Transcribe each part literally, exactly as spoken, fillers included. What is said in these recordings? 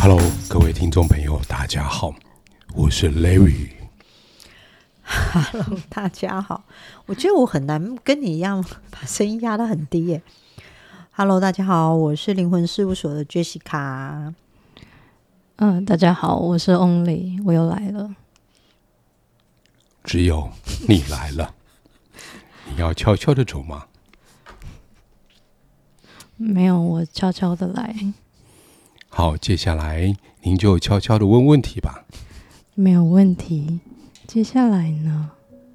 Hello， 各位听众朋友，大家好，我是 Larry。Hello， 大家好。我觉得我很难跟你一样把声音压得很低耶。Hello， 大家好，我是灵魂事务所的 Jessica。 嗯，大家好，我是 Only， 我又来了。 只有你来了，你要悄悄的走吗？ 没有，我悄悄的来。 好，接下来您就悄悄的问问题吧。 没有问题。接下来呢？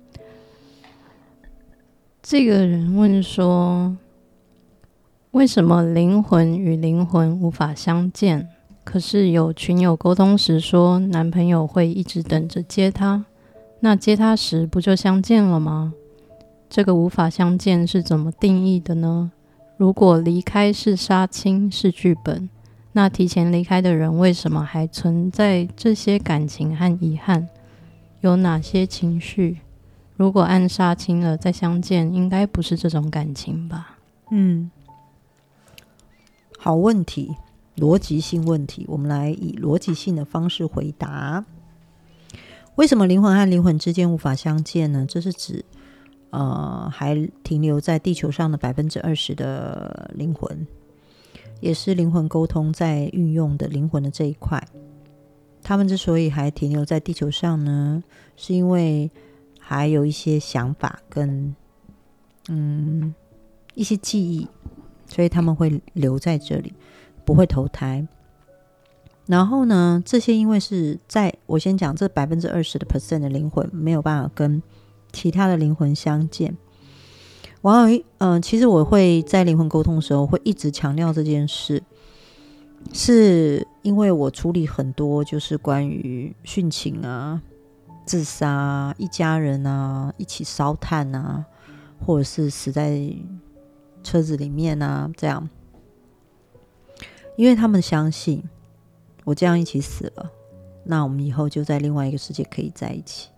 这个人问说，为什么灵魂与灵魂无法相见？可是有群友沟通时说，男朋友会一直等着接他，那接他时不就相见了吗？这个无法相见是怎么定义的呢？如果离开是杀青，是剧本，那提前离开的人为什么还存在这些感情和遗憾？有哪些情绪？如果按杀青了再相见，应该不是这种感情吧？ 嗯，好问题，逻辑性问题，我们来以逻辑性的方式回答。为什么灵魂和灵魂之间无法相见呢？这是指呃，还停留在地球上的百分之二十的灵魂，也是灵魂沟通在运用的灵魂的这一块。他们之所以还停留在地球上呢，是因为还有一些想法跟嗯一些记忆，所以他们会留在这里，不会投胎。然后呢，这些因为是在我先讲这百分之二十的 percent 的灵魂没有办法跟其他的灵魂相见。网友呃，其实我会在灵魂沟通的时候会一直强调这件事，是因为我处理很多就是关于殉情啊、自杀啊、一家人啊一起烧炭啊，或者是死在车子里面啊，这样，因为他们相信我这样一起死了，那我们以后就在另外一个世界可以在一起。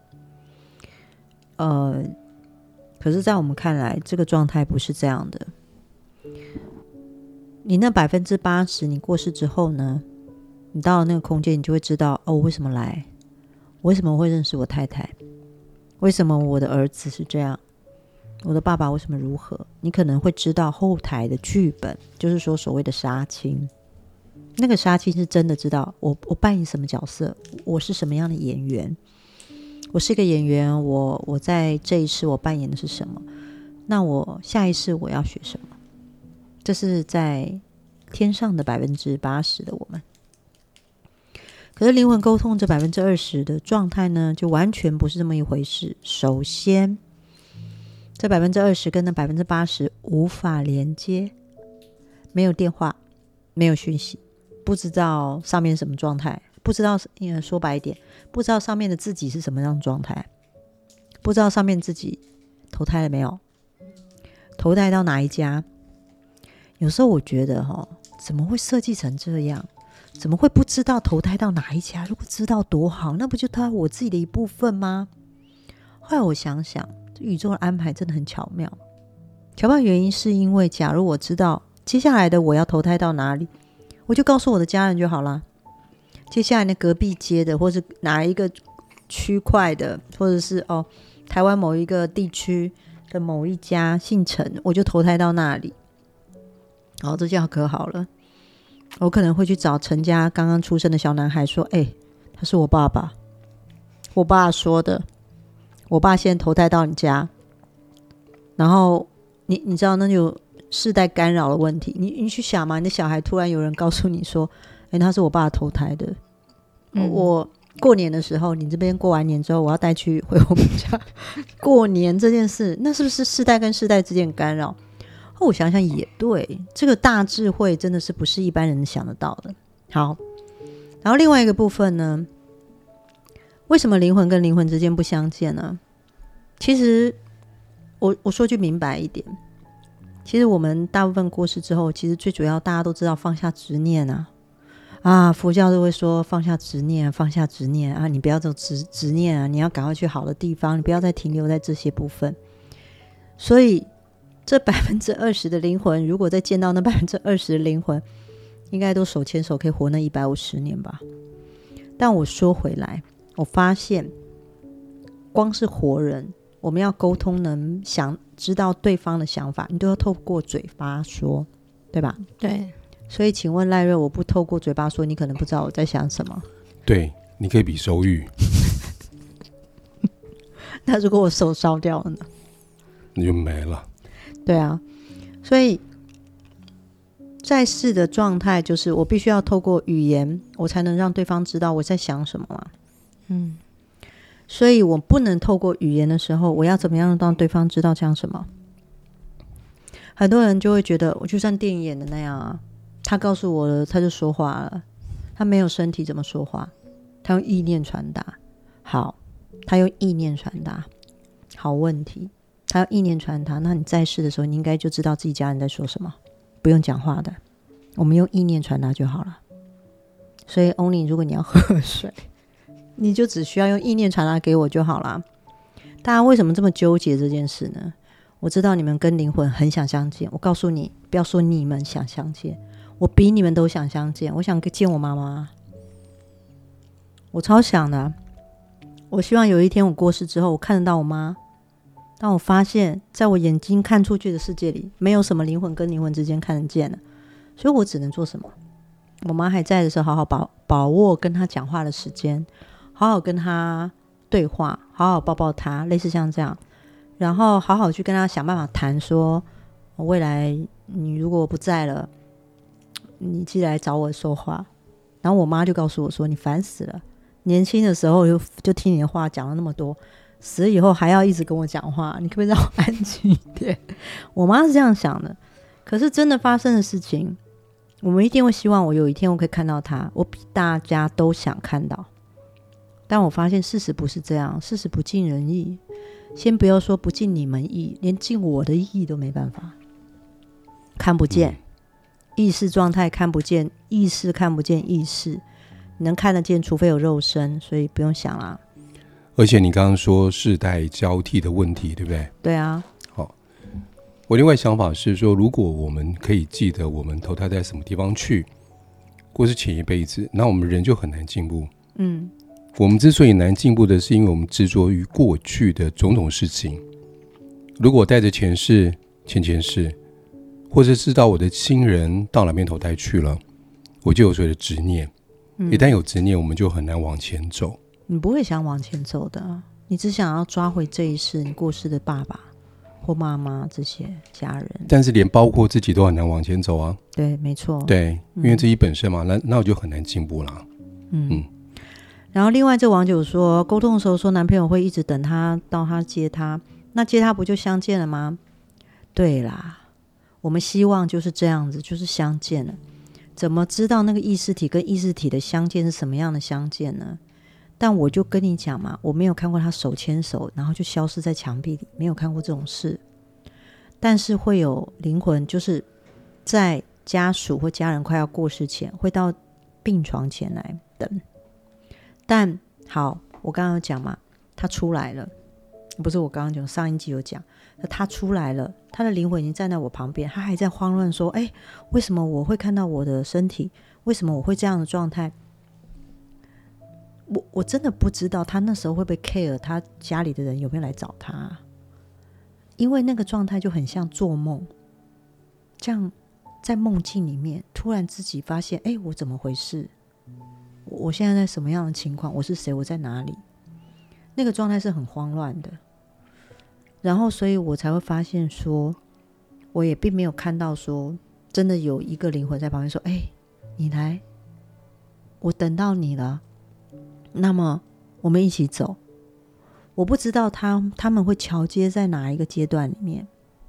呃，可是在我们看来，这个状态不是这样的。你那百分之八十，你过世之后呢，你到了那个空间，你就会知道，哦，我为什么来？我为什么会认识我太太？为什么我的儿子是这样？我的爸爸为什么如何？你可能会知道后台的剧本，就是说所谓的杀青。那个杀青是真的知道我我扮演什么角色，我是什么样的演员。我是一个演员，我我在这一世我扮演的是什么？那我下一世我要学什么？这是在天上的百分之八十的我们。可是灵魂沟通这百分之二十的状态呢，就完全不是这么一回事。首先，这百分之二十跟那百分之八十无法连接，没有电话，没有讯息，不知道上面什么状态。不知道，说白一点，不知道上面的自己是什么样的状态，不知道上面自己投胎了没有，投胎到哪一家。有时候我觉得、哦、怎么会设计成这样？怎么会不知道投胎到哪一家？如果知道多好，那不就他我自己的一部分吗？后来我想想，宇宙的安排真的很巧妙。巧妙的原因是因为，假如我知道接下来的我要投胎到哪里，我就告诉我的家人就好了。接下来呢，隔壁街的，或是哪一个区块的，或者是哦，台湾某一个地区的某一家姓陈，我就投胎到那里。好，这下可好了。我可能会去找陈家刚刚出生的小男孩说：“哎、欸，他是我爸爸，我爸说的，我爸现在投胎到你家。”然后你你知道那就世代干扰的问题。你你去想嘛，你的小孩突然有人告诉你说。欸、他是我爸投胎的、嗯、我过年的时候你这边过完年之后我要带去回我们家过年这件事，那是不是世代跟世代之间的干扰？哦，我想想也对，这个大智慧真的是不是一般人想得到的。好，然后另外一个部分呢，为什么灵魂跟灵魂之间不相见呢？其实我我说句明白一点，其实我们大部分过世之后，其实最主要大家都知道放下执念啊啊，佛教都会说放下执念，放下执念啊，你不要走执执念啊，你要赶快去好的地方，你不要再停留在这些部分。所以这百分之二十的灵魂，如果再见到那百分之二十的灵魂， 应该都手牵手可以活那一百五十年吧。但我说回来，我发现光是活人，我们要沟通能想知道对方的想法，你都要透过嘴巴说，对吧？ 对。 所以请问赖瑞，我不透过嘴巴说，你可能不知道我在想什么。 对，你可以比手语。 那如果我手烧掉了呢？ 那就没了。 对啊，所以在世的状态就是我必须要透过语言，我才能让对方知道我在想什么嘛。 嗯， 所以我不能透过语言的时候，我要怎么样让对方知道讲什么？很多人就会觉得，我就像电影演的那样啊，他告诉我了，他就说话了。他没有身体怎么说话？他用意念传达。好，他用意念传达。好问题，他用意念传达。那你在世的时候，你应该就知道自己家人在说什么，不用讲话的，我们用意念传达就好了。所以 Only 如果你要喝水，你就只需要用意念传达给我就好了。大家为什么这么纠结这件事呢？我知道你们跟灵魂很想相见，我告诉你，不要说你们想相见，我比你们都想相见。我想见我妈妈，我超想的啊。我希望有一天我过世之后，我看得到我妈，当我发现在我眼睛看出去的世界里，没有什么灵魂跟灵魂之间看得见了，所以我只能做什么？我妈还在的时候，好好把把握跟她讲话的时间，好好跟她对话，好好抱抱她，类似像这样，然后好好去跟她想办法谈说，未来你如果不在了，你记得来找我说话。然后我妈就告诉我说，你烦死了，年轻的时候 就, 就听你的话讲了那么多，死了以后还要一直跟我讲话，你可不可以让我安静一点？我妈是这样想的。可是真的发生的事情，我们一定会希望我有一天我可以看到她，我比大家都想看到。但我发现事实不是这样，事实不尽人意。先不要说不尽你们意，连尽我的意都没办法，看不见、嗯、意识状态看不见，意识看不见意识，能看得见除非有肉身，所以不用想啦。 而且你刚刚说世代交替的问题，对不对？ 对啊。 好，我另外想法是说，如果我们可以记得我们投胎在什么地方去，或是前一辈子，那我们人就很难进步。嗯，我们之所以难进步的是因为我们执着于过去的种种事情。如果我带着前世、前前世，或是知道我的亲人到哪边投胎去了，我就有所谓的执念、嗯、一旦有执念，我们就很难往前走。 你不会想往前走的，你只想要抓回这一世你过世的爸爸或妈妈这些家人， 但是连包括自己都很难往前走啊。 对，没错， 对，因为自己本身嘛、嗯、那, 那我就很难进步啦。 嗯, 嗯然后另外这网友说，沟通的时候说男朋友会一直等他到他接他，那接他不就相见了吗？对啦，我们希望就是这样子，就是相见了。怎么知道那个意识体跟意识体的相见是什么样的相见呢？但我就跟你讲嘛，我没有看过他手牵手然后就消失在墙壁里，没有看过这种事。但是会有灵魂，就是在家属或家人快要过世前，会到病床前来等。但好，我刚刚有讲嘛，他出来了，不是我刚刚讲，上一集有讲，他出来了，他的灵魂已经站在我旁边，他还在慌乱说，哎，为什么我会看到我的身体？为什么我会这样的状态？我我真的不知道他那时候会不会 care 他家里的人有没有来找他，因为那个状态就很像做梦，这样在梦境里面突然自己发现，哎，我怎么回事？我现在在什么样的情况？我是谁？我在哪里？那个状态是很慌乱的。然后所以我才会发现说，我也并没有看到说真的有一个灵魂在旁边说，哎，你来，我等到你了，那么我们一起走。我不知道他他们会桥接在哪一个阶段里面，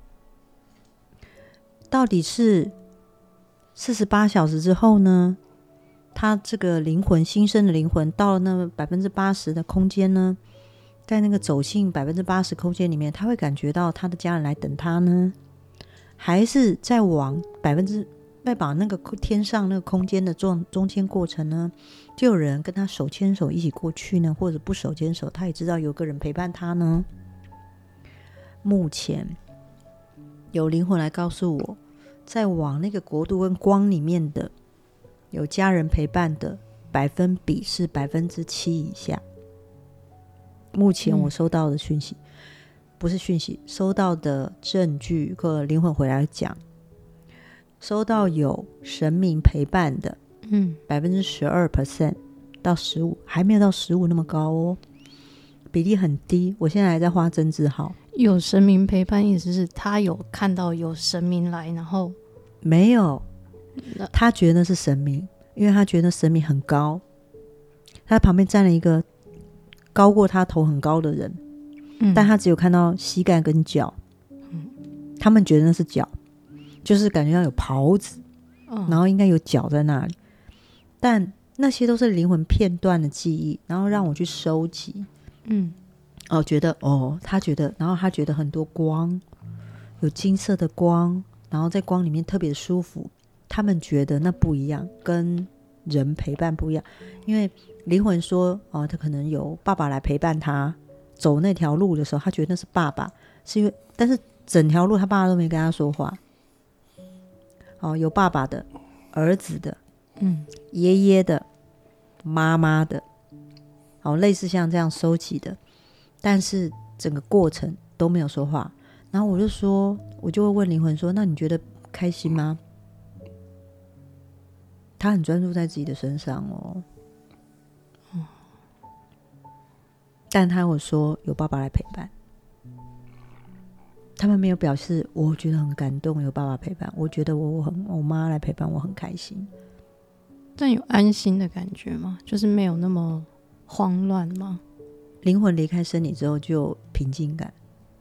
到底是四十八小时之后呢，他这个灵魂新生的灵魂到了那百分之八十的空间呢，在那个走进百分之八十空间里面，他会感觉到他的家人来等他呢，还是在往百分之再把那个天上那个空间的中中间过程呢，就有人跟他手牵手一起过去呢，或者不手牵手，他也知道有个人陪伴他呢。目前有灵魂来告诉我，在往那个国度跟光里面的有家人陪伴的百分比是百分之七以下。目前我收到的讯息、嗯、不是讯息，收到的证据和灵魂回来讲，收到有神明陪伴的，嗯，百分之十二 percent 到十五，还没有到十五那么高哦，比例很低。我现在还在画针字号。 有神明陪伴意思是他有看到有神明来，然后没有，他觉得那是神明，因为他觉得神明很高，他旁边站了一个高过他头很高的人、嗯、但他只有看到膝盖跟脚、嗯、他们觉得那是脚，就是感觉到有袍子、哦、然后应该有脚在那里，但那些都是灵魂片段的记忆，然后让我去收集。嗯，哦，觉得哦，他觉得，然后他觉得很多光，有金色的光，然后在光里面特别舒服。他们觉得那不一样，跟人陪伴不一样，因为灵魂说哦，他可能有爸爸来陪伴他走那条路的时候，他觉得那是爸爸，是因为但是整条路他爸爸都没跟他说话。哦，有爸爸的、儿子的、嗯，爷爷的、妈妈的，哦，类似像这样收集的，但是整个过程都没有说话。然后我就说，我就会问灵魂说：“那你觉得开心吗？”他很专注在自己的身上哦，嗯、但他有说有爸爸来陪伴。他们没有表示我觉得很感动，有爸爸陪伴。我觉得我我很我妈来陪伴我很开心。 但有安心的感觉吗？就是没有那么慌乱吗？ 灵魂离开身体之后就有平静感，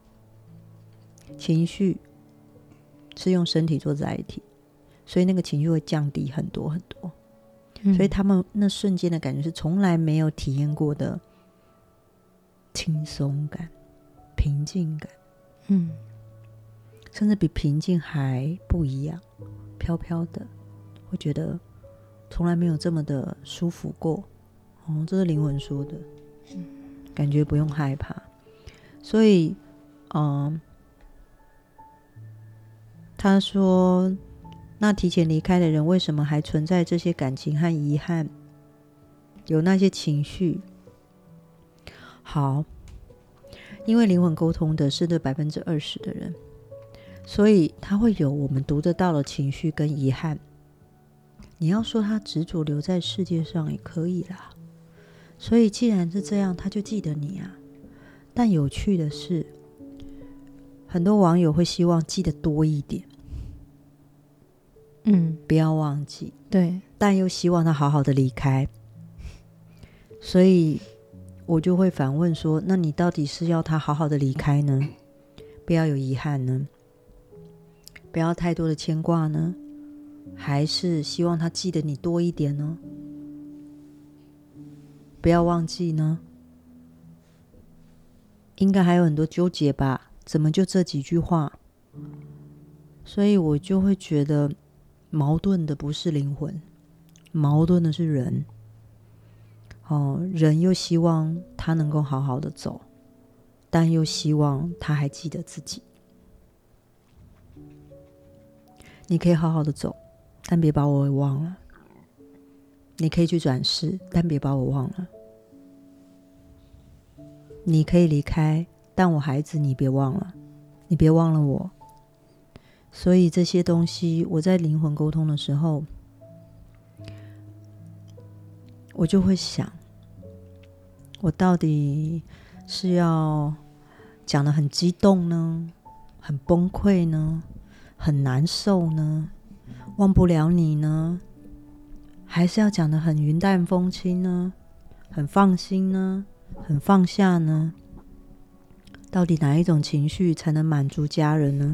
情绪是用身体做载体，所以那个情绪会降低很多很多、嗯、所以他们那瞬间的感觉是从来没有体验过的轻松感、平静感，嗯，甚至比平静还不一样，飘飘的，会觉得从来没有这么的舒服过。哦，这是灵魂说的，嗯，感觉不用害怕。所以嗯，他说那提前离开的人为什么还存在这些感情和遗憾，有那些情绪？好，因为灵魂沟通的是这百分之二十的人，所以他会有我们读得到的情绪跟遗憾。你要说他执着留在世界上也可以啦，所以既然是这样，他就记得你啊。但有趣的是，很多网友会希望记得多一点，嗯，不要忘记， 对， 但又希望他好好的离开。所以我就会反问说，那你到底是要他好好的离开呢，不要有遗憾呢，不要太多的牵挂呢，还是希望他记得你多一点呢，不要忘记呢？应该还有很多纠结吧，怎么就这几句话？所以我就会觉得矛盾的不是灵魂，矛盾的是人。哦，人又希望他能够好好的走，但又希望他还记得自己。你可以好好的走，但别把我忘了。你可以去转世，但别把我忘了。你可以离开，但我孩子你别忘了，你别忘了我。所以这些东西我在灵魂沟通的时候，我就会想，我到底是要讲得很激动呢，很崩溃呢，很难受呢，忘不了你呢，还是要讲得很云淡风轻呢，很放心呢，很放下呢？到底哪一种情绪才能满足家人呢？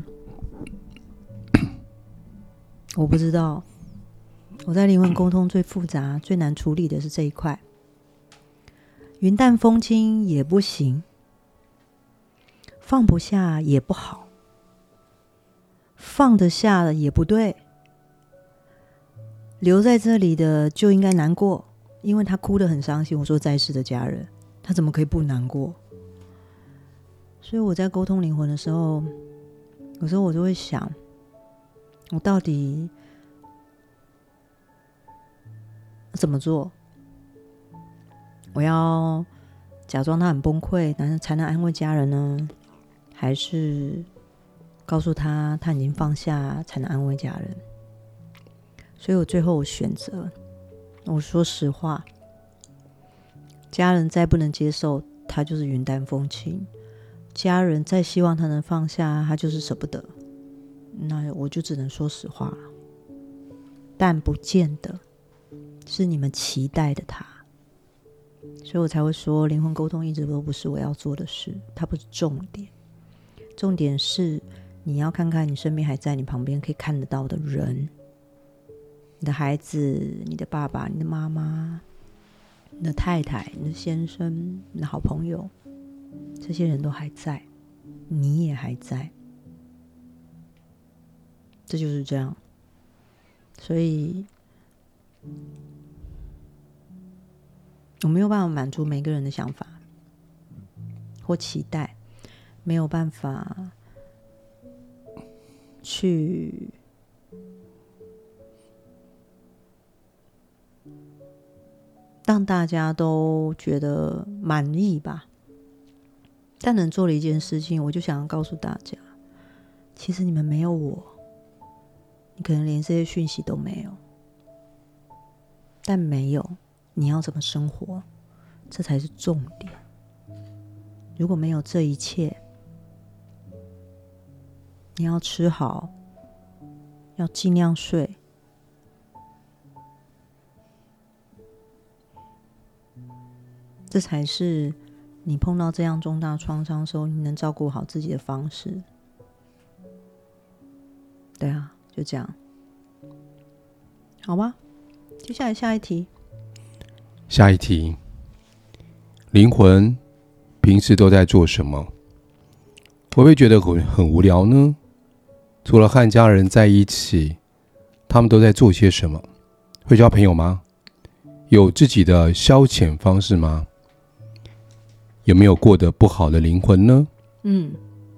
我不知道。我在灵魂沟通最复杂最难处理的是这一块。云淡风轻也不行，放不下也不好，放得下了也不对，留在这里的就应该难过，因为他哭得很伤心。我说在世的家人，他怎么可以不难过？所以我在沟通灵魂的时候，有时候我就会想，我到底怎么做？我要假装他很崩溃才能安慰家人呢，还是告诉他他已经放下才能安慰家人？所以我最后我选择，我说实话，家人再不能接受，他就是云淡风轻；家人再希望他能放下，他就是舍不得。那我就只能说实话了，但不见得是你们期待的他。所以我才会说，灵魂沟通一直都不是我要做的事，它不是重点。重点是你要看看你身边还在你旁边可以看得到的人，你的孩子、你的爸爸、你的妈妈、你的太太、你的先生、你的好朋友，这些人都还在，你也还在，这就是这样。所以我没有办法满足每个人的想法或期待，没有办法去让大家都觉得满意吧。但能做的一件事情，我就想要告诉大家，其实你们没有我，你可能连这些讯息都没有，但没有你要怎么生活，这才是重点。如果没有这一切，你要吃好，要尽量睡，这才是你碰到这样重大创伤的时候，你能照顾好自己的方式。对啊，就这样，好吗？接下来下一题。 下一题，灵魂平时都在做什么？会不会觉得很很无聊呢？除了和家人在一起，他们都在做些什么？会交朋友吗？有自己的消遣方式吗？有没有过得不好的灵魂呢？ 嗯，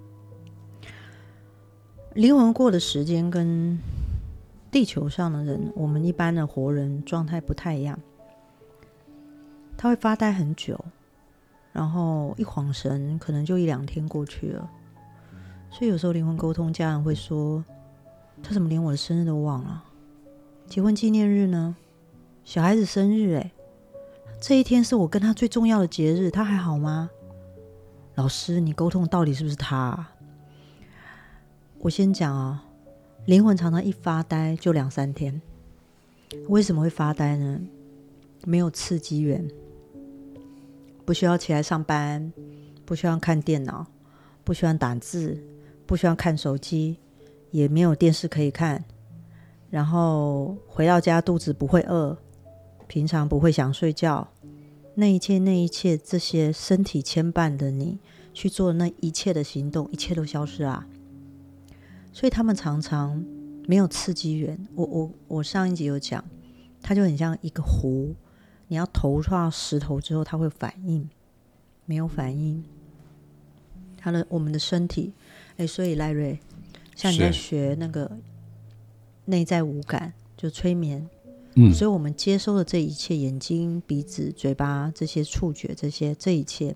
灵魂过的时间跟地球上的人，我们一般的活人状态不太一样。他会发呆很久，然后一晃神可能就一两天过去了。所以有时候灵魂沟通，家人会说，他怎么连我的生日都忘了？结婚纪念日呢？小孩子生日欸，这一天是我跟他最重要的节日，他还好吗？老师，你沟通到底是不是他啊？我先讲啊，灵魂常常一发呆就两三天。为什么会发呆呢？没有刺激源，不需要起来上班，不需要看电脑，不需要打字，不需要看手机，也没有电视可以看，然后回到家肚子不会饿，平常不会想睡觉，那一切那一切这些身体牵绊的你去做那一切的行动，一切都消失啦。所以他们常常没有刺激源。我我我上一集有讲，它就很像一个湖，你要投到石头之后，它会反应，没有反应。它的我们的身体，哎，所以赖瑞，像你在学那个内在五感，就催眠，嗯，所以我们接收的这一切，眼睛、鼻子、嘴巴这些触觉，这些这一切，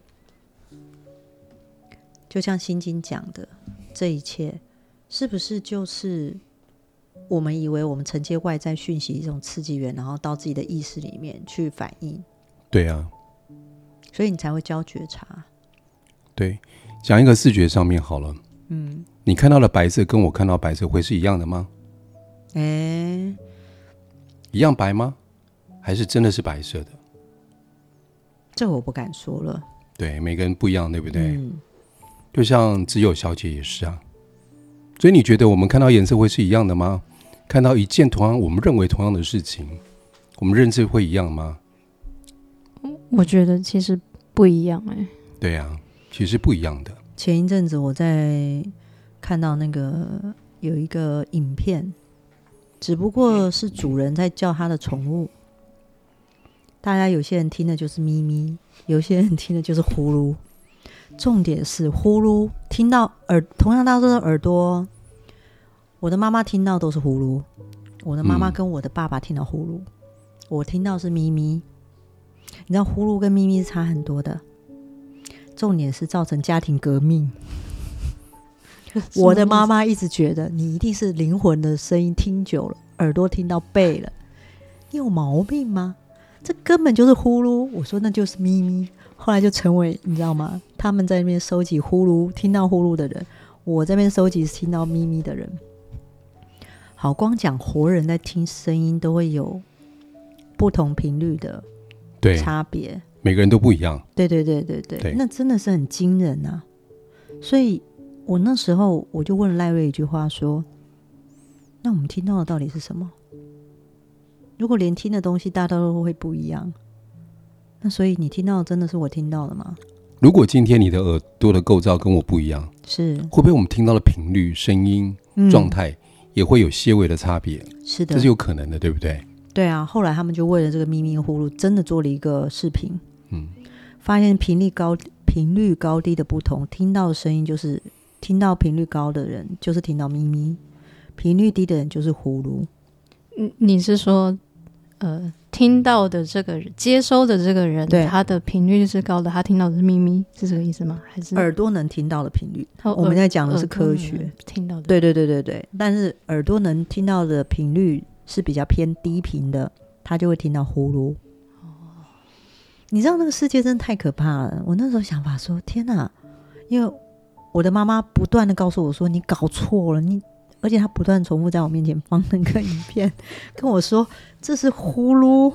就像心经讲的，这一切是不是就是我们以为我们承接外在讯息一种刺激源，然后到自己的意识里面去反应？对啊，所以你才会教觉察。 对，讲一个视觉上面好了，嗯，你看到的白色跟我看到白色会是一样的吗？ 哎， 一样白吗？还是真的是白色的？ 这我不敢说了。 对，每个人不一样，对不对？嗯，就像只有小姐也是啊。所以你觉得我们看到颜色会是一样的吗？看到一件同样我们认为同样的事情，我们认知会一样吗？ 我觉得其实不一样哎、欸。 对啊，其实不一样的。 前一阵子我在看到那个有一个影片，只不过是主人在叫他的宠物，大家有些人听的就是咪咪，有些人听的就是呼噜。重点是呼噜听到耳，同样大家都是耳朵，我的妈妈听到都是呼噜，我的妈妈跟我的爸爸听到呼噜、嗯、 我听到是咪咪。你知道呼噜跟咪咪是差很多的，重点是造成家庭革命。我的妈妈一直觉得你一定是灵魂的声音听久了，耳朵听到背了，你有毛病吗？这根本就是呼噜。我说那就是咪咪。后来就成为你知道吗？他们在那边收集呼噜，听到呼噜的人，我在那边收集听到咪咪的人。好，光讲活人在听声音都会有不同频率的差别， 每个人都不一样。 对对对对 对, 对，那真的是很惊人啊！所以我那时候我就问了赖瑞一句话说：那我们听到的到底是什么？如果连听的东西大家都会不一样，那所以你听到的真的是我听到的吗？ 如果今天你的耳朵的构造跟我不一样， 是会不会我们听到的频率、声音、状态也会有些微的差别？ 是的， 这是有可能的，对不对？ 对啊，后来他们就为了这个咪咪呼噜真的做了一个视频， 嗯， 发现频率高频率高低的不同，听到的声音就是听到频率高的人就是听到咪咪，频率低的人就是呼噜。 你是说呃听到的这个人接收的这个人他的频率是高的，他听到的是咪咪，是这个意思吗？还是耳朵能听到的频率？我们在讲的是科学听到的， 对对对对对，但是耳朵能听到的频率是比较偏低频的，他就会听到呼噜。哦，你知道那个世界真的太可怕了。我那时候想法说，天哪！因为我的妈妈不断的告诉我说，你搞错了，你，而且她不断重复在我面前放那个影片，跟我说这是呼噜。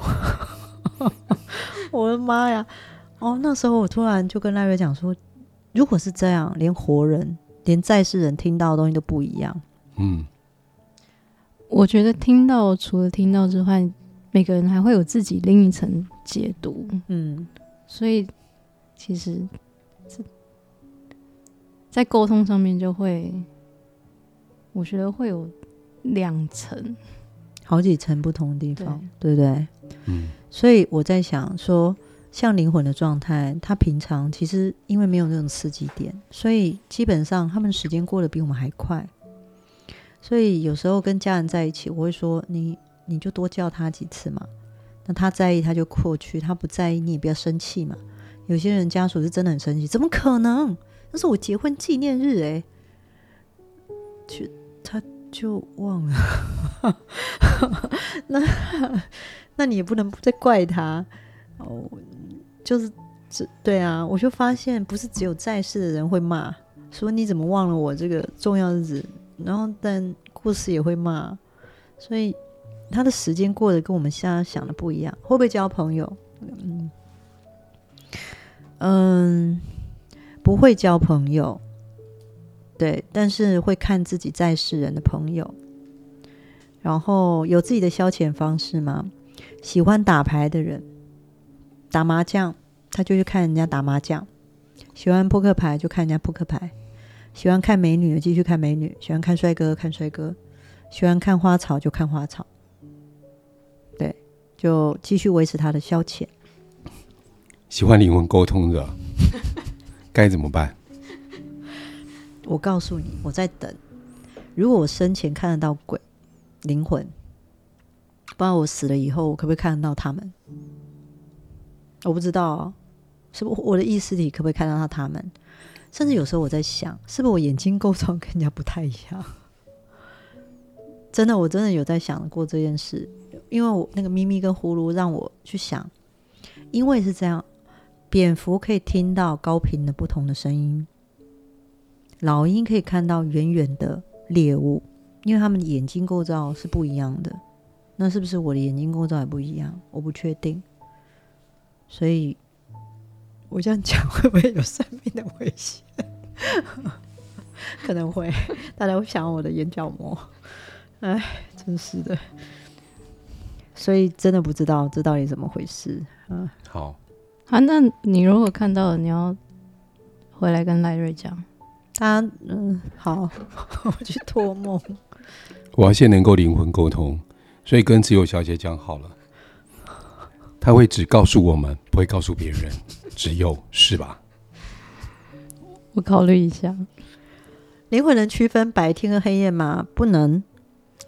我的妈呀！哦，那时候我突然就跟赖瑞讲说，如果是这样，连活人、连在世人听到的东西都不一样。 嗯。 我觉得听到除了听到之外，每个人还会有自己另一层解读，嗯，所以其实在沟通上面就会，我觉得会有两层， 好几层不同的地方， 对, 对不对？嗯，所以我在想说，像灵魂的状态，他平常其实因为没有那种刺激点，所以基本上他们时间过得比我们还快。所以有时候跟家人在一起，我会说你你就多叫他几次嘛，那他在意他就过去，他不在意你也不要生气嘛。有些人家属是真的很生气，怎么可能？那是我结婚纪念日哎、欸，就他就忘了。那那你也不能再怪他哦，就是对啊，我就发现不是只有在世的人会骂，说你怎么忘了我这个重要日子。然后但故事也会骂，所以他的时间过得跟我们现在想的不一样。会不会交朋友？嗯嗯，不会交朋友，对，但是会看自己在世人的朋友。然后有自己的消遣方式吗？喜欢打牌的人，打麻将他就去看人家打麻将，喜欢扑克牌就看人家扑克牌，喜欢看美女继续看美女，喜欢看帅哥看帅哥，喜欢看花草就看花草，对，就继续维持他的消遣。 喜欢灵魂沟通的该怎么办？ 我告诉你，我在等，如果我生前看得到鬼灵魂，不然我死了以后我可不可以看得到他们？我不知道啊，是不是我的意识体可不可以看到他们？甚至有时候我在想，是不是我眼睛构造跟人家不太一样？真的，我真的有在想过这件事，因为我那个咪咪跟呼噜让我去想，因为是这样，蝙蝠可以听到高频的不同的声音，老鹰可以看到远远的猎物，因为他们的眼睛构造是不一样的。那是不是我的眼睛构造也不一样？我不确定。所以我这样讲会不会有生命的危险？可能会，大家会想我的眼角膜。哎，真是的。所以真的不知道这到底怎么回事。嗯， 好啊，那你如果看到了，你要回来跟赖瑞讲。 他嗯，好，我去托梦。 我要先能够灵魂沟通，所以跟自由小姐讲好了，她会只告诉我们，不会告诉别人。只有是吧？ 我考虑一下。 灵魂能区分白天和黑夜吗？不能。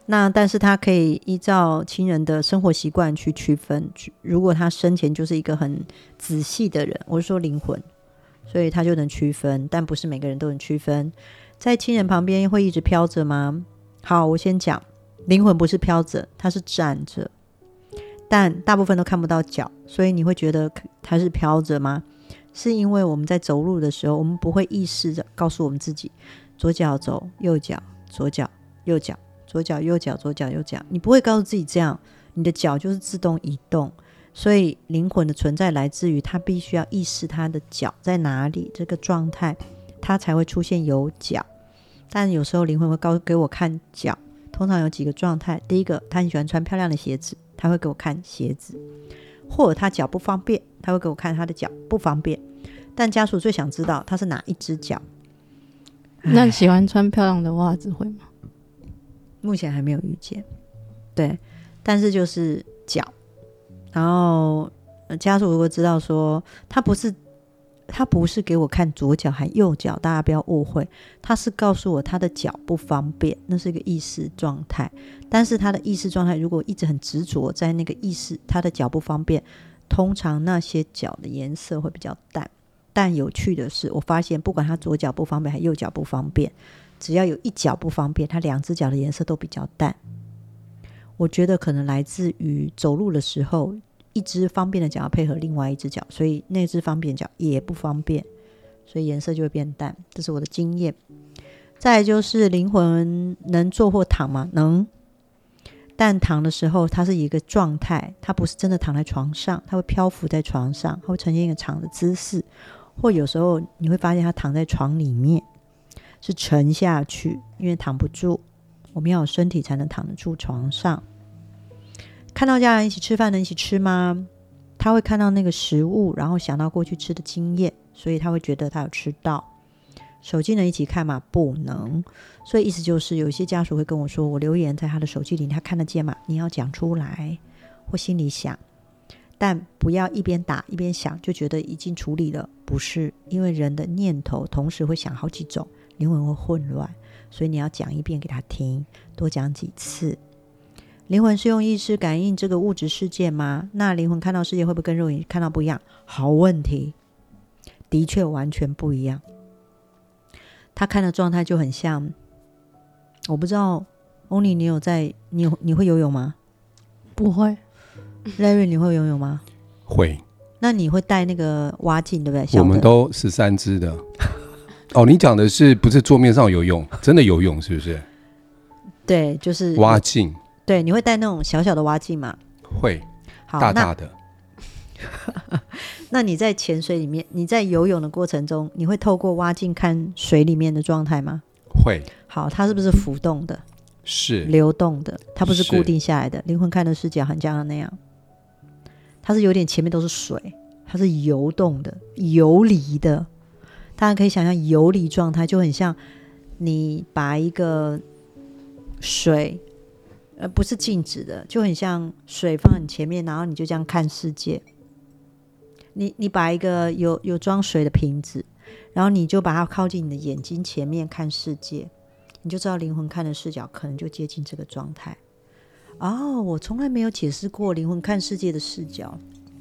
那但是他可以依照亲人的生活习惯去区分，如果他生前就是一个很仔细的人，我是说灵魂，所以他就能区分，但不是每个人都能区分。在亲人旁边会一直飘着吗？好，我先讲，灵魂不是飘着，它是站着，但大部分都看不到脚，所以你会觉得它是飘着吗？是因为我们在走路的时候，我们不会意识着告诉我们自己左脚走，右脚左脚右脚左脚右脚左脚右脚，你不会告诉自己这样，你的脚就是自动移动。所以灵魂的存在来自于他必须要意识他的脚在哪里，这个状态他才会出现有脚。但有时候灵魂会告给我看脚，通常有几个状态。第一个，他很喜欢穿漂亮的鞋子，他会给我看鞋子，或者他脚不方便，他会给我看他的脚不方便。但家属最想知道他是哪一只脚。 那喜欢穿漂亮的袜子会吗？ 目前还没有遇见，对，但是就是脚。然后家属如果知道说他不是他不是给我看左脚还右脚，大家不要误会，他是告诉我他的脚不方便，那是一个意识状态。但是他的意识状态如果一直很执着在那个意识他的脚不方便，通常那些脚的颜色会比较淡。但有趣的是，我发现不管他左脚不方便还右脚不方便，只要有一脚不方便，他两只脚的颜色都比较淡。我觉得可能来自于走路的时候，一只方便的脚要配合另外一只脚，所以那只方便脚也不方便，所以颜色就会变淡，这是我的经验。再来就是灵魂能坐或躺吗？能，但躺的时候它是一个状态，它不是真的躺在床上，它会漂浮在床上，它会呈现一个躺的姿势，或有时候你会发现它躺在床里面是沉下去，因为躺不住，我们要有身体才能躺得住床上。看到家人一起吃饭能一起吃吗？他会看到那个食物，然后想到过去吃的经验，所以他会觉得他有吃到。手机能一起看吗？不能。所以意思就是有一些家属会跟我说，我留言在他的手机里，他看得见吗？你要讲出来或心里想，但不要一边打一边想就觉得已经处理了，不是，因为人的念头同时会想好几种，灵魂会混乱，所以你要讲一遍给他听，多讲几次。灵魂是用意识感应这个物质世界吗？那灵魂看到世界会不会跟肉眼看到不一样？好问题，的确完全不一样。他看的状态就很像，我不知道欧尼你有在 你, 你会游泳吗？ 不会。 Larry 你会游泳吗？ 会。 那你会带那个蛙镜对不对？ 我们都十三只的。哦，你讲的是不是桌面上游泳？真的游泳是不是？ 对，就是蛙镜。 对，你会带那种小小的蛙镜吗？ 会， 好， 大大的。 那, 那你在潜水里面，你在游泳的过程中，你会透过蛙镜看水里面的状态吗？ 会。 好，它是不是浮动的？ 是。 流动的，它不是固定下来的。灵魂看的视角很像那样，它是有点前面都是水，它是游动的、游离的。大家可以想象游离状态就很像你把一个水呃，不是静止的，就很像水放你前面，然后你就这样看世界。你你把一个有有装水的瓶子，然后你就把它靠近你的眼睛前面看世界，你就知道灵魂看的视角可能就接近这个状态。哦，我从来没有解释过灵魂看世界的视角。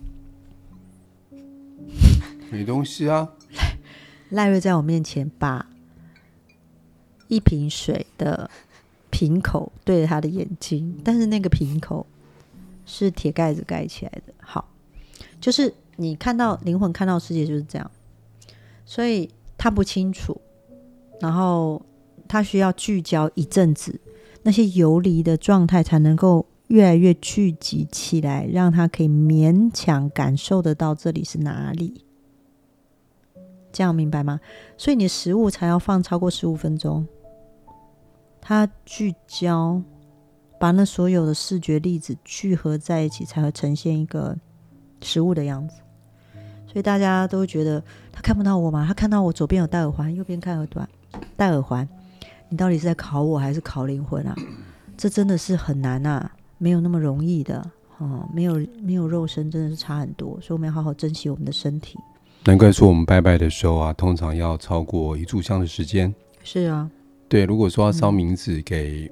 没东西啊。 赖瑞在我面前把一瓶水的瓶口对着他的眼睛，但是那个瓶口是铁盖子盖起来的。好，就是你看到灵魂看到世界就是这样，所以他不清楚，然后他需要聚焦一阵子，那些游离的状态才能够越来越聚集起来，让他可以勉强感受得到这里是哪里。这样明白吗？所以你的食物才要放超过十五分钟，它聚焦，把那所有的视觉粒子聚合在一起，才会呈现一个食物的样子。所以大家都会觉得他看不到我吗？他看到我左边有戴耳环，右边看耳环，戴耳环，你到底是在考我还是考灵魂啊？这真的是很难啊，没有那么容易的、哦、没有没有肉身真的是差很多，所以我们要好好珍惜我们的身体。 难怪说我们拜拜的时候啊，通常要超过一炷香的时间。 是啊， 对，如果说要烧冥纸给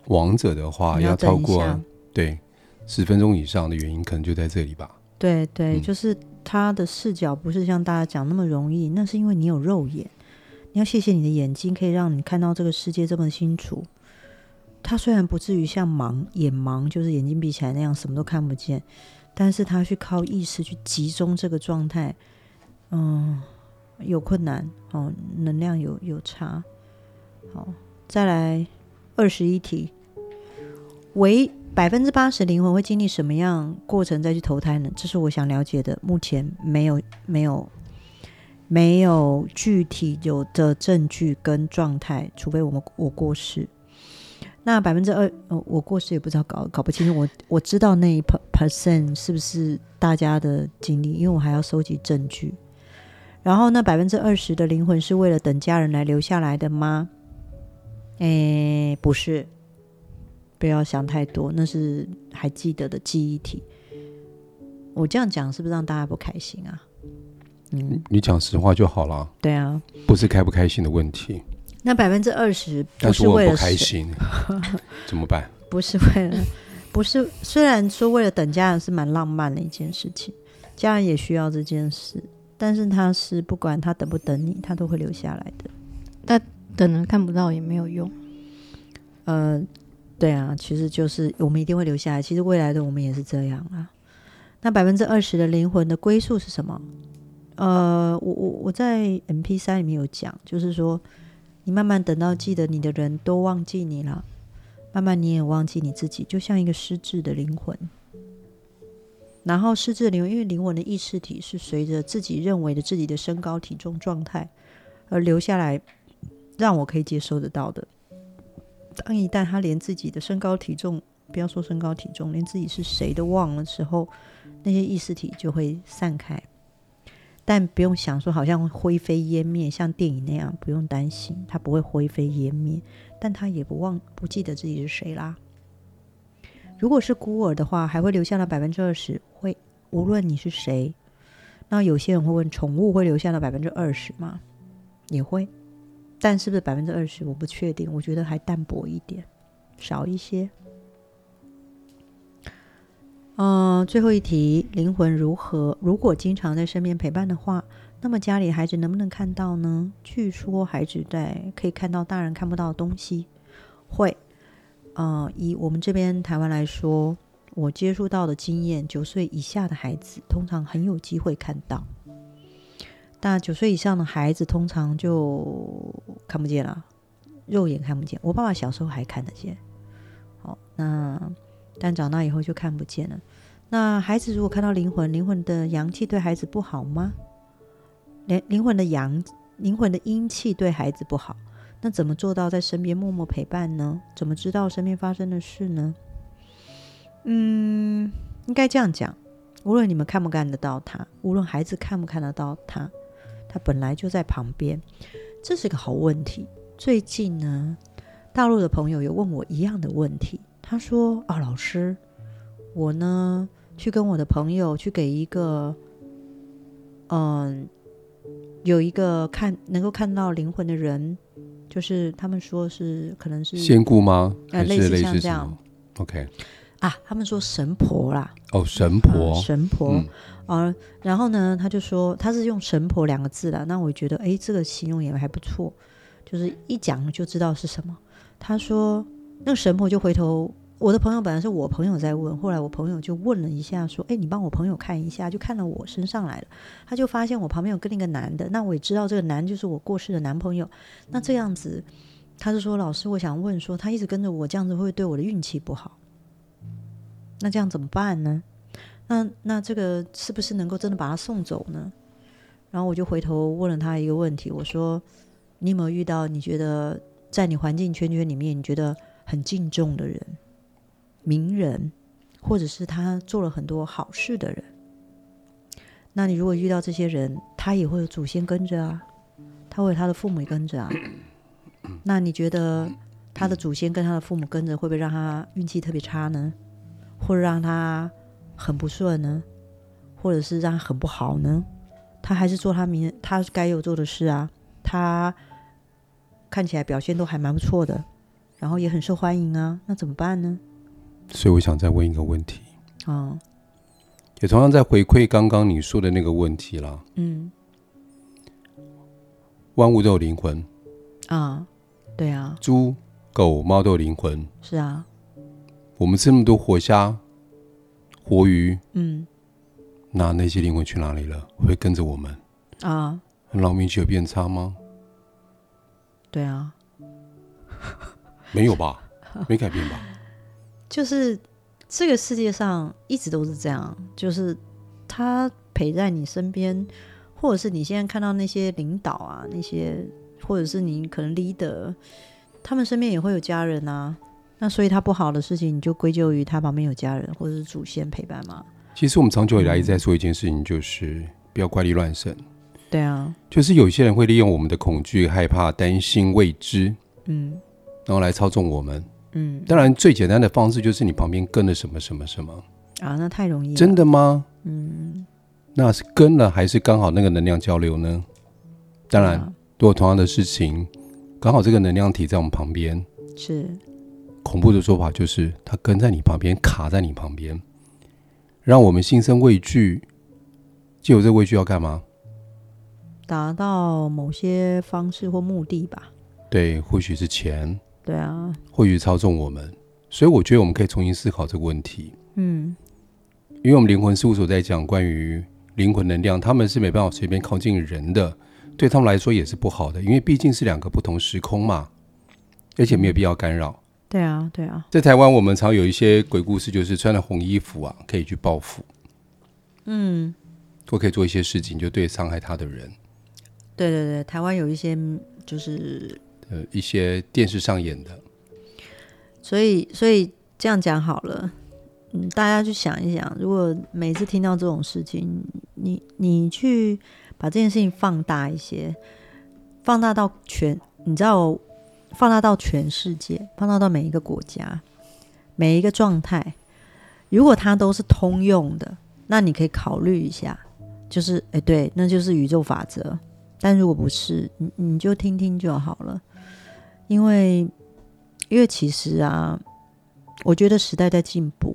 亡者的话， 要要超过对十分钟以上的原因，可能就在这里吧。 对对、 嗯， 就是他的视角不是像大家讲那么容易，那是因为你有肉眼，你要谢谢你的眼睛，可以让你看到这个世界这么清楚。他虽然不至于像盲眼盲，就是眼睛闭起来那样什么都看不见，但是他去靠意识去集中这个状态，嗯，有困难哦，能量有有差。好，再来二十一题，为百分之八十灵魂会经历什么样过程再去投胎呢？这是我想了解的，目前没有没有没有具体有的证据跟状态，除非我们我过世。那百分之二，我过世也不知道，搞搞不清楚。我我知道那一 percent 是不是大家的经历，因为我还要收集证据。然后那百分之二十的灵魂是为了等家人来留下来的吗？诶，不是，不要想太多，那是还记得的记忆体。我这样讲是不是让大家不开心啊？ 嗯，你讲实话就好了。 对啊， 不是开不开心的问题。 那百分之二十但是我不开心，怎么办？ 不是为了，不是，虽然说为了等家人是蛮浪漫的一件事情，家人也需要这件事，但是他是不管他等不等你，他都会留下来的。 但等了看不到也没有用。 呃，对啊，其实就是我们一定会留下来。其实未来的我们也是这样啊。那百分之二十的灵魂的归宿是什么？呃，我我我在 M P 三 里面有讲，就是说。你慢慢等到记得你的人都忘记你了，慢慢你也忘记你自己，就像一个失智的灵魂。然后失智的灵魂，因为灵魂的意识体是随着自己认为的自己的身高体重状态而留下来，让我可以接受得到的。当一旦他连自己的身高体重，不要说身高体重，连自己是谁都忘了的时候，那些意识体就会散开。但不用想说好像灰飞烟灭，像电影那样，不用担心，他不会灰飞烟灭，但他也不忘不记得自己是谁啦。如果是孤儿的话，还会留下了百分之二十，会无论你是谁。那有些人会问，宠物会留下了百分之二十吗？也会，但是不是百分之二十，我不确定，我觉得还淡薄一点，少一些。嗯，最后一题，灵魂如何？如果经常在身边陪伴的话，那么家里孩子能不能看到呢？据说孩子在可以看到大人看不到的东西，会。呃，以我们这边台湾来说，我接触到的经验，九岁以下的孩子通常很有机会看到，但九岁以上的孩子通常就看不见了，肉眼看不见。我爸爸小时候还看得见，好，那但长大以后就看不见了。那孩子如果看到灵魂，灵魂的阳气对孩子不好吗？灵魂的阳，灵魂的阴气对孩子不好，那怎么做到在身边默默陪伴呢？怎么知道身边发生的事呢？嗯，应该这样讲，无论你们看不看得到他，无论孩子看不看得到他，他本来就在旁边。这是个好问题。最近呢，大陆的朋友有问我一样的问题，他说啊，老师，我呢去跟我的朋友去给一个嗯有一个看能够看到灵魂的人，就是他们说是可能是仙姑吗？ 呃， 还是类似像这样 OK 啊，他们说神婆啦。 哦，神婆、 呃、神婆、嗯呃、然后呢他就说他是用神婆两个字啦，那我觉得哎，这个形容也还不错，就是一讲就知道是什么。他说那个神婆就回头，我的朋友本来是我朋友在问，后来我朋友就问了一下说，哎，你帮我朋友看一下，就看到我身上来了，他就发现我旁边有跟一个男的，那我也知道这个男就是我过世的男朋友。那这样子他就说，老师我想问说，他一直跟着我，这样子会不会对我的运气不好？那这样怎么办呢？那那这个是不是能够真的把他送走呢？然后我就回头问了他一个问题，我说你有没有遇到你觉得在你环境圈圈里面你觉得很敬重的人，名人，或者是他做了很多好事的人？那你如果遇到这些人，他也会有祖先跟着啊，他会有他的父母也跟着啊，那你觉得他的祖先跟他的父母跟着会不会让他运气特别差呢？或者让他很不顺呢？或者是让他很不好呢？他还是做他明他该有做的事啊，他看起来表现都还蛮不错的， 然后也很受欢迎啊，那怎么办呢？ 所以我想再问一个问题， 哦， 也同样在回馈刚刚你说的那个问题啦。 嗯， 万物都有灵魂啊，对啊， 猪、狗、猫都有灵魂。 是啊， 我们这么多活虾、活鱼， 嗯， 那那些灵魂去哪里了？会跟着我们啊， 老命有变差吗？ 对啊， 没有吧，没改变吧？ 就是这个世界上一直都是这样，就是他陪在你身边，或者是你现在看到那些领导啊，那些或者是你可能 leader， 他们身边也会有家人啊，那所以他不好的事情你就归咎于他旁边有家人或者是祖先陪伴嘛。 其实我们长久以来一直在说一件事情，就是不要怪力乱神。 对啊， 就是有些人会利用我们的恐惧、害怕、担心、未知， 嗯， 然后来操纵我们。 嗯， 当然最简单的方式就是你旁边跟了什么什么什么啊，那太容易了。 真的吗？ 嗯， 那是跟了还是刚好那个能量交流呢？当然、啊、如果同样的事情刚好这个能量体在我们旁边， 是恐怖的说法就是它跟在你旁边，卡在你旁边，让我们心生畏惧。藉由这个畏惧要干嘛？ 达到某些方式或目的吧。 对，或许是钱。 对啊， 或许操纵我们。所以我觉得我们可以重新思考这个问题。 嗯， 因为我们灵魂事务所在讲关于灵魂能量，他们是没办法随便靠近人的，对他们来说也是不好的，因为毕竟是两个不同时空嘛，而且没有必要干扰。 对啊，对啊。在台湾我们常有一些鬼故事，就是穿了红衣服啊，可以去报复，嗯，或可以做一些事情，就对伤害他的人。 对对对，台湾有一些就是呃一些电视上演的， 所以所以这样讲好了，嗯，大家去想一想，如果每次听到这种事情，你你去把这件事情放大一些，放大到全，你知道，放大到全世界，放大到每一个国家，每一个状态，如果它都是通用的，那你可以考虑一下，就是哎，对，那就是宇宙法则。但如果不是，你你就听听就好了，因为因为其实啊，我觉得时代在进步，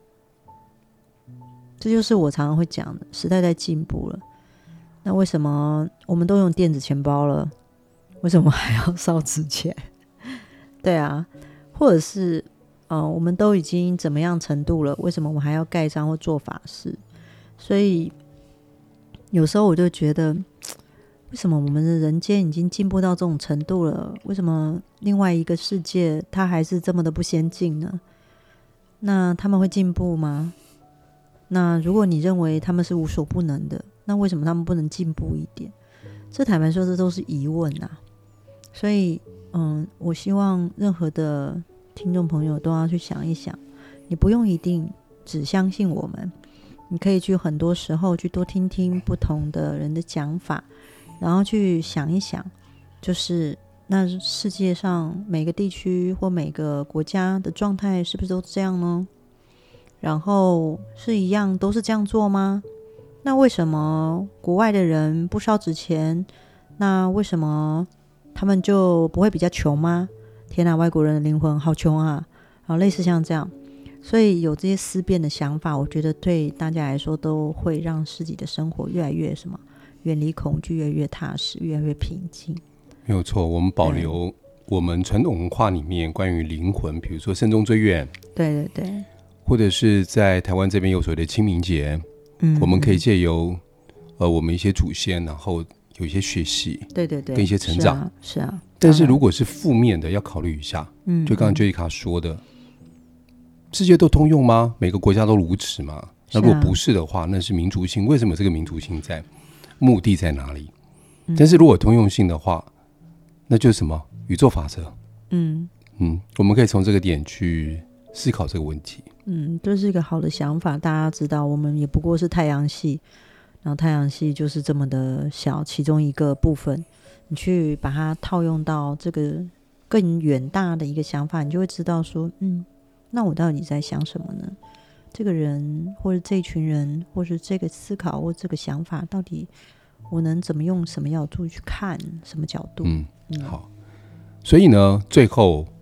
这就是我常常会讲的，时代在进步了。那为什么我们都用电子钱包了，为什么还要烧纸钱？对啊，或者是呃，我们都已经怎么样程度了，为什么我们还要盖章或做法事？所以有时候我就觉得，为什么我们的人间已经进步到这种程度了，为什么另外一个世界它还是这么的不先进呢？那他们会进步吗？那如果你认为他们是无所不能的，那为什么他们不能进步一点？这坦白说，这都是疑问啊。所以嗯，我希望任何的听众朋友都要去想一想，你不用一定只相信我们，你可以去很多时候去多听听不同的人的讲法，然后去想一想，就是那世界上每个地区或每个国家的状态是不是都这样呢？然后是一样都是这样做吗？那为什么国外的人不烧纸钱？那为什么他们就不会比较穷吗？天哪，外国人的灵魂好穷啊！好，类似像这样，所以有这些思辨的想法，我觉得对大家来说都会让自己的生活越来越什么，远离恐惧，越来越踏实，越来越平静。 没有错，我们保留我们传统文化里面关于灵魂，比如说慎终追远， 对对对，或者是在台湾这边有所谓的清明节，嗯，我们可以借由呃我们一些祖先，然后有一些学习， 对对对， 跟一些成长， 是啊，是啊。 但是如果是负面的，要考虑一下。嗯，就刚刚 Jessica 说的，世界都通用吗？每个国家都如此吗？那如果不是的话，那是民族性。为什么这个民族性在？目的在哪里？嗯，但是如果通用性的话，那就是什么？宇宙法则。嗯嗯，我们可以从这个点去思考这个问题。 嗯，这是一个好的想法。大家知道，我们也不过是太阳系。然后太阳系就是这么的小，其中一个部分，你去把它套用到这个更远大的一个想法，你就会知道说，嗯，那我到底在想什么呢？这个人或者这一群人，或是这个思考或这个想法，到底我能怎么用什么角度去看，什么角度？ 嗯，嗯好。所以呢，最后我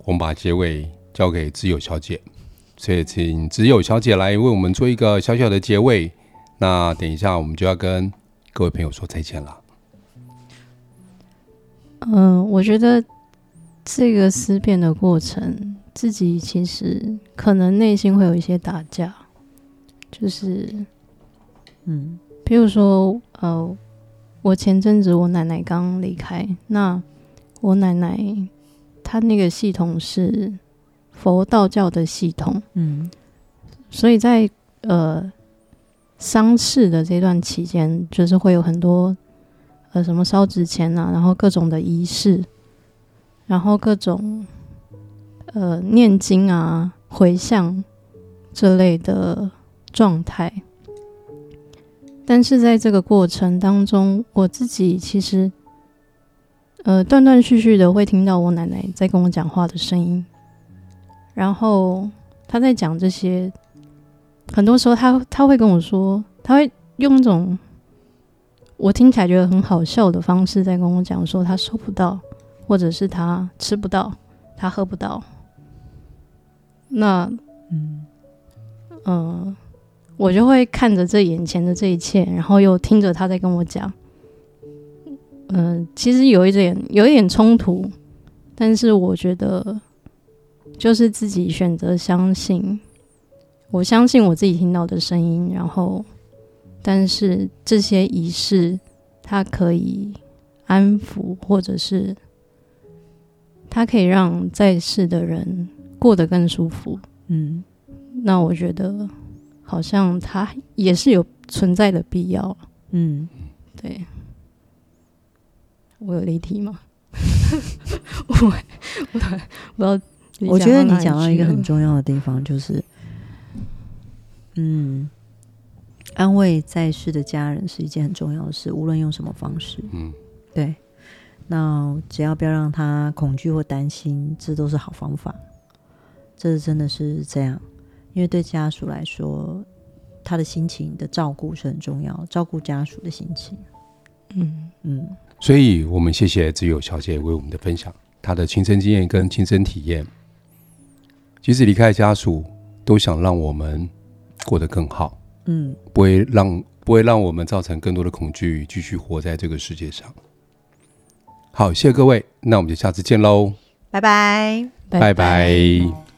我们把结尾交给知友小姐，所以请知友小姐来为我们做一个小小的结尾。那等一下我们就要跟各位朋友说再见了。 嗯、呃，我觉得这个思辨的过程，自己其实可能内心会有一些打架，就是嗯，比如说呃，我前阵子我奶奶刚离开，那我奶奶她那个系统是佛道教的系统，嗯，所以在呃丧事的这段期间，就是会有很多呃什么烧纸钱啊，然后各种的仪式，然后各种呃念经啊、回向这类的状态。但是在这个过程当中，我自己其实呃断断续续的会听到我奶奶在跟我讲话的声音，然后她在讲这些。很多时候他他会跟我说，他会用一种我听起来觉得很好笑的方式在跟我讲说他收不到，或者是他吃不到，他喝不到。那嗯呃，我就会看着这眼前的这一切，然后又听着他在跟我讲，嗯、呃，其实有一点有一点冲突，但是我觉得就是自己选择相信。我相信我自己听到的声音，然后但是这些仪式它可以安抚，或者是它可以让在世的人过得更舒服。嗯，那我觉得好像它也是有存在的必要。嗯，对。我有离题吗？我我不知道。 我觉得你讲到一个很重要的地方，就是嗯，安慰在世的家人是一件很重要的事，无论用什么方式。嗯，对。那只要不要让他恐惧或担心，这都是好方法。这真的是这样，因为对家属来说，他的心情的照顾是很重要，照顾家属的心情。嗯嗯。所以我们谢谢知友小姐为我们的分享，她的亲身经验跟亲身体验。即使离开家属，都想让我们过得更好，嗯，不会让不会让我们造成更多的恐惧，继续活在这个世界上。好，谢谢各位，那我们就下次见喽， 拜拜， 拜拜。